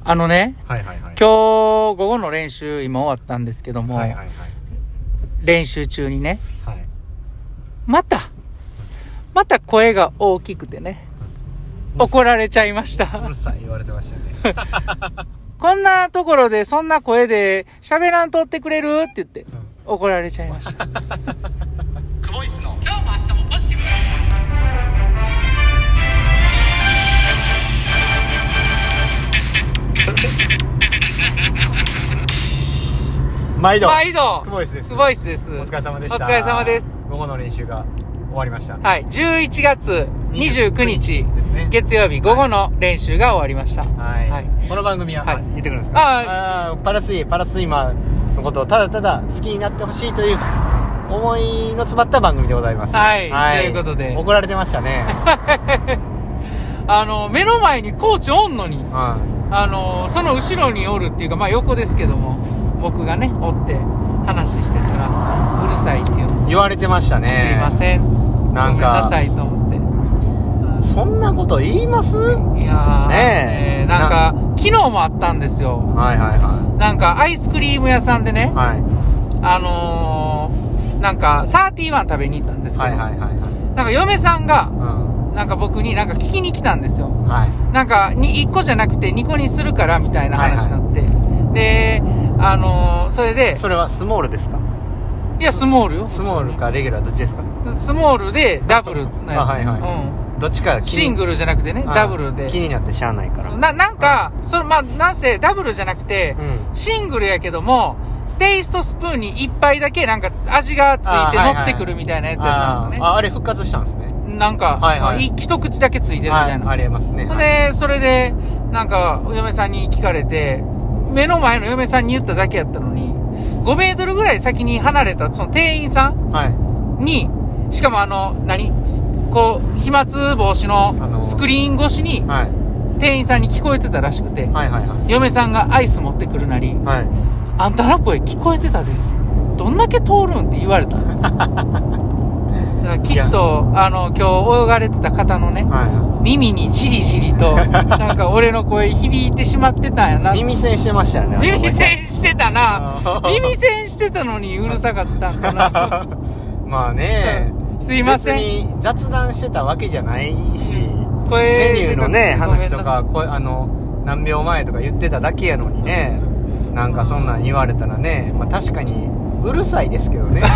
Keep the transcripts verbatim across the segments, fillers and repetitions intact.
あのね、 はいはいはい、 今日午後の練習今終わったんですけども、はいはいはい、練習中にね、はい、またまた声が大きくてね、怒られちゃいました。 うるさい言われてましたよね。 こんなところでそんな声で喋らんとってくれるって言って、うん、怒られちゃいました。 クボイスの今日も明日もポジティブ。 毎度毎度クボイスです。 クボイスです。 お疲れ様でした。 お疲れ様です。 午後の練習が終わりました。 はい、じゅういちがつにじゅうくにちですね、 月曜日午後の練習が終わりました。 はい。はい、この番組は、はい、言ってくるんですか。 ああパラスイパラスイマーのことをただただ好きになってほしいという思いの詰まった番組でございます。 はい。はい、ということで怒られてましたね。 あの目の前にコーチおんのに、うん、あのその後ろにおるっていうか、まあ横ですけども、僕がねおって話してたらうるさいっていうの言われてましたね。 すいません、 なんかごめんなさいと思って。 そんなこと言います？いやーねえ、なんか昨日もあったんですよ。 はいはいはい。 なんかアイスクリーム屋さんでね、はい、あのー、なんかサーティーワン食べに行ったんですけど、はいはいはいはい、なんか嫁さんが、うん、なんか僕になんか聞きに来たんですよ。はい、なんかにいっこじゃなくてにこにするからみたいな話になって、はいはい、で、あのー、それでそれはスモールですか？ いやスモールよ。 スモールかレギュラーどっちですか？スモールでダブルのやつ、ね、はいはい、うん、 どっちかシングルじゃなくてね、ダブルで気になってしゃあないからな、なんか、それ、まあ、なんせダブルじゃなくて、うん、シングルやけどもテイストスプーンに一杯だけなんか味がついて乗ってくるみたいなやつやったんですよね。 あ, あ, あれ復活したんですね。 なんか、はいはい、その一口だけついてるみたいな、 はい、ありますね。 で、はい、それでなんかお嫁さんに聞かれて、目の前の嫁さんに言っただけやったのにごメートルぐらい先に離れたその店員さんに、はい、しかもあの何こう飛沫防止のスクリーン越しに店員さんに聞こえてたらしくて、はいはいはい、嫁さんがアイス持ってくるなり、はい、あんたの声聞こえてたで、どんだけ通るんって言われたんですよ。だからきっとあの今日泳がれてた方のね、はいはい、耳にじりじりとなんか俺の声響いてしまってたんやな。 耳栓してましたよね。 耳栓してたな。耳栓してたのにうるさかったんかな。 まあね、 すいません、 別に雑談してたわけじゃないし、メニューのね話とかこあの何秒前とか言ってただけやのにね、なんかそんなん言われたらね、まあ確かにうるさいですけどね。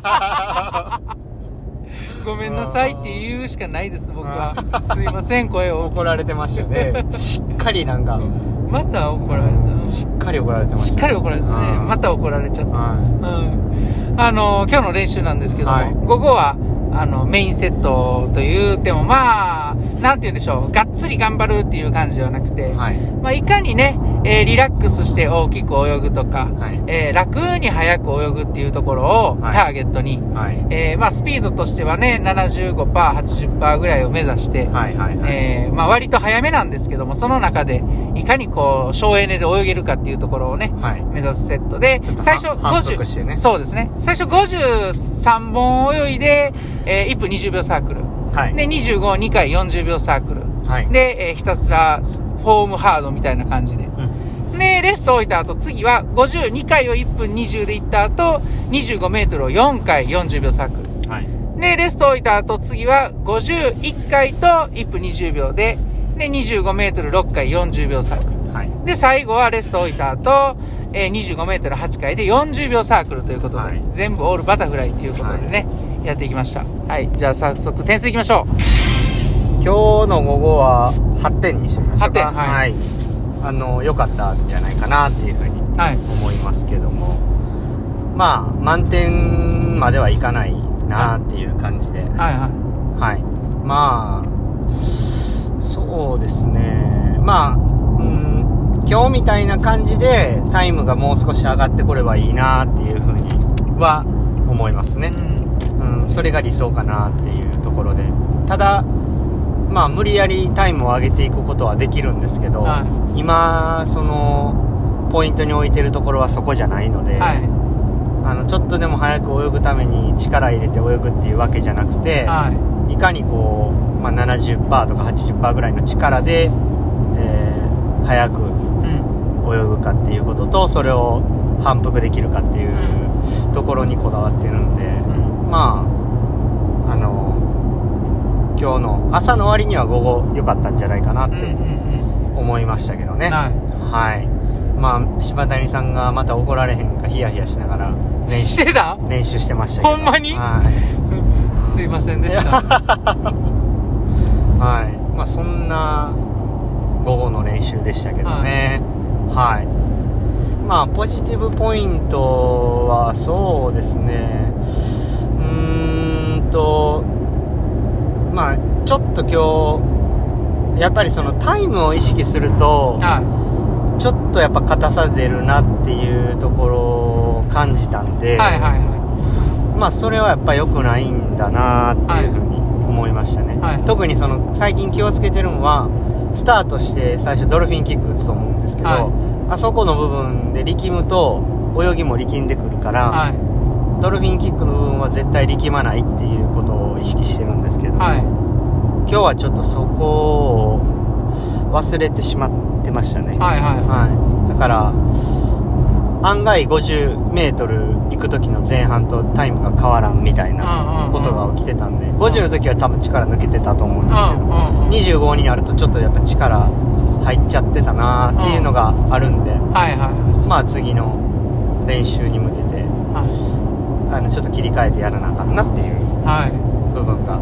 ごめんなさいって言うしかないです僕は。すいません、声を怒られてましたね。しっかりなんかまた怒られた。 しっかり怒られてました、ね、 しっかり怒られたね。また怒られちゃった、うん、あの今日の練習なんですけども、はい、午後はあのメインセットというても、まあなんて言うんでしょう、がっつり頑張るっていう感じではなくて、はい、まあ、いかにね、えー、リラックスして大きく泳ぐとか、はい、えー、楽に速く泳ぐっていうところをターゲットに、はい、えー、まあ、スピードとしてはね ななじゅうごパーセント、はちじゅっパーセント ぐらいを目指して、はいはいはい、えーまあ、割と速めなんですけども、その中でいかにこう省エネで泳げるかっていうところをね、はい、目指すセットで、最初ごじゅう、ね、そうですね、最初ごじゅうさんぼん泳いで、えー、いっぷんにじゅうびょうサークル、はい、でにじゅうご、にかいよんじゅうびょうサークル、はい、で、えー、ひたすらフォームハードみたいな感じで、うん、でレスト置いた後、次はごじゅうにかいをいっぷんにじゅうで行った後にじゅうごメートルをよんかいよんじゅうびょうサークル、はい、でレスト置いた後、次はごじゅういっかいといっぷんにじゅうびょうで、でにじゅうごメートルろっかいよんじゅうびょうサークル、はい、で最後はレスト置いた後、えー、にじゅうごメートルはちかいでよんじゅうびょうサークルということで、はい、全部オールバタフライということでね、はい、やっていきました。はい、じゃあ早速点数いきましょう。 今日の午後ははってんにしてみましょうか。はちてん、はい、はい、あの良かったんじゃないかなっていうふうに思いますけども、はい、まあ満点まではいかないなっていう感じで、はいはいはい、まあそうですね、まあ、うん、今日みたいな感じでタイムがもう少し上がってこればいいなっていうふうには思いますね、うんうん、それが理想かなっていうところで、ただまあ無理やりタイムを上げていくことはできるんですけど、はい、今そのポイントに置いてるところはそこじゃないので、はい、あのちょっとでも早く泳ぐために力入れて泳ぐっていうわけじゃなくて、はい、いかにこう、まあ、ななじゅっパーセントとか はちじゅっパーセント ぐらいの力で、えー、 速く泳ぐかっていうことと、それを反復できるかっていうところにこだわってるんで、うん、まああの今日の朝の割には午後良かったんじゃないかなって思いましたけどね、うんうんうん、はい、はい、まあ柴谷さんがまた怒られへんかヒヤヒヤしながら練習してた練習してましたけど、 ほんまに、はい、すいませんでしたはい、まあそんな午後の練習でしたけどね、はい、はい、まあポジティブポイントはそうですね、うーんとまあちょっと今日やっぱりそのタイムを意識すると、はい、ちょっとやっぱ硬さ出るなっていうところを感じたんで、はいはいはい、まあそれはやっぱ良くないんだなっていうふうに思いましたね、はいはい、特にその最近気をつけてるのはスタートして最初ドルフィンキック打つと思うんですけど、はい、あそこの部分で力むと泳ぎも力んでくるから、はい、ドルフィンキックの部分は絶対力まないっていうことを意識してるんですけど、はい、今日はちょっとそこを忘れてしまってましたね、はいはいはい、だから案外ごじゅうメートル行く時の前半とタイムが変わらんみたいなことが起きてたんで、ごじゅうの時は多分力抜けてたと思うんですけど、にじゅうごになるとちょっとやっぱ力入っちゃってたなっていうのがあるんで、はいはい、まあ次の練習に向けて、はい、あのちょっと切り替えてやらなあかんなっていう部分が、はい、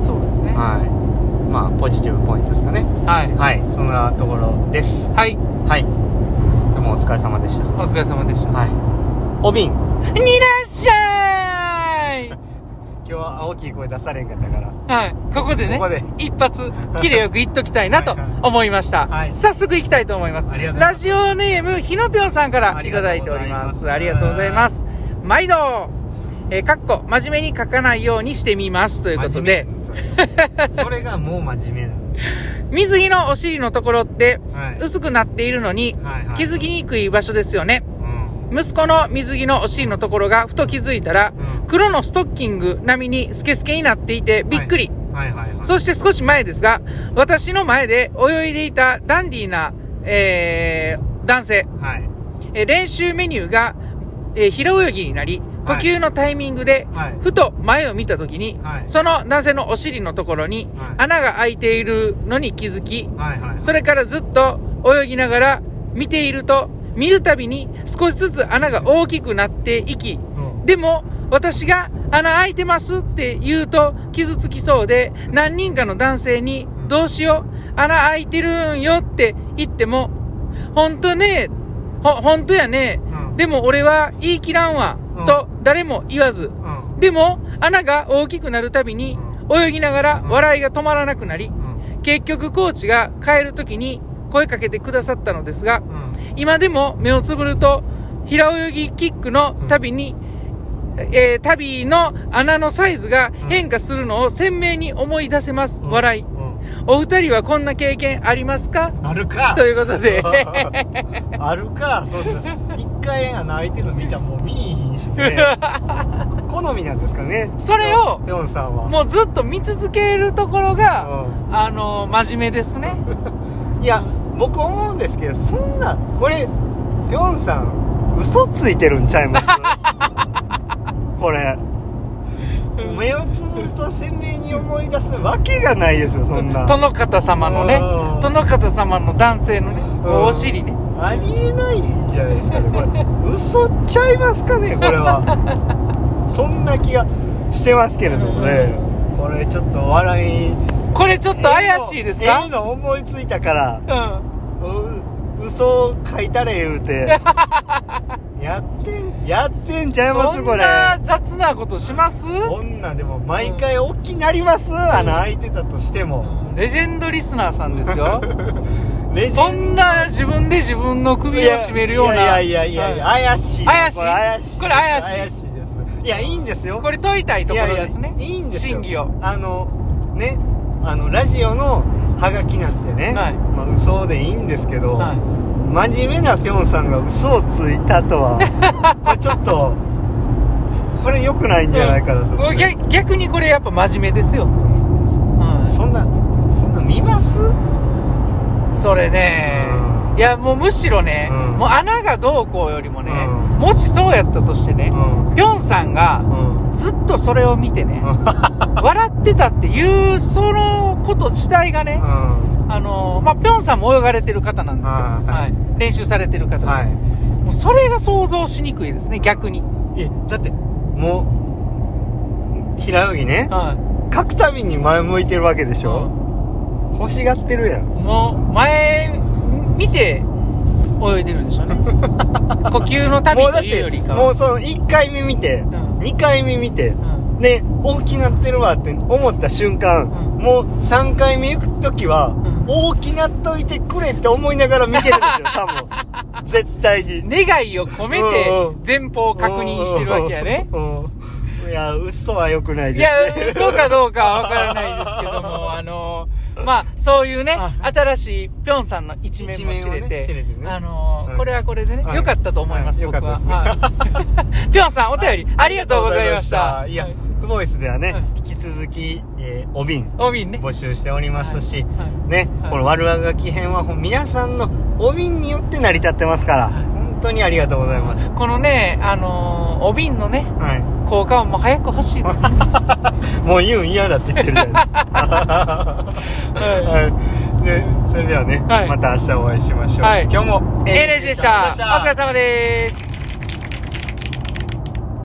そうですね、はい、まあポジティブポイントですかね、はい、はい、そんなところです。はい、はい、でもお疲れ様でした。 お疲れ様でした。 はい、お瓶にらっしゃい今日は大きい声出されんかったから、 はい、ここでね、ここで一発きれいよく言っときたいなと思いました。はいはい、早速行きたいと思います。ラジオネームひのぴょんさんからいただいております。ありがとうございます。毎度えー、かっこ真面目に書かないようにしてみますということで、 それ, それがもう真面目なんです。 水着のお尻のところって薄くなっているのに気づきにくい場所ですよね、はいはい、息子の水着のお尻のところがふと気づいたら、うん、黒のストッキング並みにスケスケになっていてびっくり、はいはいはいはい、そして少し前ですが私の前で泳いでいたダンディーな、えー、男性、はい、えー、練習メニューが、えー、平泳ぎになり呼吸のタイミングで、はい、ふと前を見たときに、はい、その男性のお尻のところに穴が開いているのに気づき、はいはい、それからずっと泳ぎながら見ていると、見るたびに少しずつ穴が大きくなっていき、うん、でも私が穴開いてますって言うと傷つきそうで、何人かの男性にどうしよう、穴開いてるんよって言っても、本当ね、ほ、本当やね、うん、でも俺は言い切らんわ、うん、と誰も言わず、うん、でも穴が大きくなるたびに泳ぎながら笑いが止まらなくなり、うん、結局コーチが帰るときに声かけてくださったのですが、うん、今でも目をつぶると平泳ぎキックのたびに、うん、えー、旅の穴のサイズが変化するのを鮮明に思い出せます、うん、笑い、うん、お二人はこんな経験ありますか？ あるかということであるか、そんな一回穴開いてるの見たらもう見えひんしね好みなんですかね、 それをピョンさんはもうずっと見続けるところが、うん、あの真面目ですねいや僕思うんですけど、そんなこれピョンさん嘘ついてるんちゃいますこれ目をつぶると鮮明に思い出すわけがないですよ、そんな殿方様のね、殿方様の男性のね、お尻ね、 ありえないんじゃないですかねこれ嘘ちゃいますかね、これはそんな気がしてますけれどもね、これちょっと笑い、 これちょっと怪しいですか？ ええの思いついたから、うん、う嘘を書いたれ言うてやってんやってんちゃいます、これ。 そんな雑なことします？ こんなでも毎回大きなります、うん、穴開いてたとしても、 うん、レジェンドリスナーさんですよそんな自分で自分の首を絞めるような、 いやいやいやいや、はい、怪しい怪しいこれ怪しいこれ怪しい怪しいです。いやいいんですよ、 これ解いたいところですね。 いやいやいいんですよ、 真偽を。 あのね、あのラジオのハガキなんてね、はい、まあ、嘘でいいんですけど、はい、真面目なピョンさんが嘘をついたとはこれちょっとこれ良くないんじゃないかなと思って、 うん、逆にこれやっぱ真面目ですよ、うん、 そんなそんな見ます？ それね、うん、いいや、もうむしろね、うん、もう穴がどうこうよりもね、うん、もしそうやったとしてね、うん、ぴょんさんが、ずっとそれを見てね、うん、笑ってたっていう、そのこと自体がね、うん、あの、まあ、ぴょんさんも泳がれてる方なんですよ。はい。練習されてる方で、はい。もうそれが想像しにくいですね、逆に。 え、だって、もう、平泳ぎね、はい、書くたびに前向いてるわけでしょ、うん、欲しがってるやん。 もう、前、見て、泳いでるんでしょうね。呼吸の旅というよりかは。 もうそのいっかいめ見て、うん、にかいめ見て、うん、で、大きなってるわって思った瞬間、うん、もうさんかいめ行くときは、うん、大きなっといてくれって思いながら見てるんですよ、多分。絶対に。 願いを込めて、前方を確認してるわけやね。 うんうん、いや、嘘は良くないですね。いや、嘘かどうかはわからないですけども、あのー、まあ、そういうね、新しいぴょんさんの一面も知れて、ね知れてね、あのーうん、これはこれでね、良、はい、かったと思います、はい、僕は。ぴょんさん、お便り、ありがとうございました。 いや、クボイスではね、はい、引き続き、えー、お瓶、 お瓶ね、 募集しておりますし、はいはい、ね、はい、この悪あがき編は皆さんのお瓶によって成り立ってますから、はい、本当にありがとうございます。 このね、あのー、お瓶のね、はい、効果音も早く欲しいですね。 もう言うん嫌だって言ってるじゃないですか。はい。で、それではね、はい、また明日お会いしましょう。はい、今日もエーレジでした。お疲れ様です。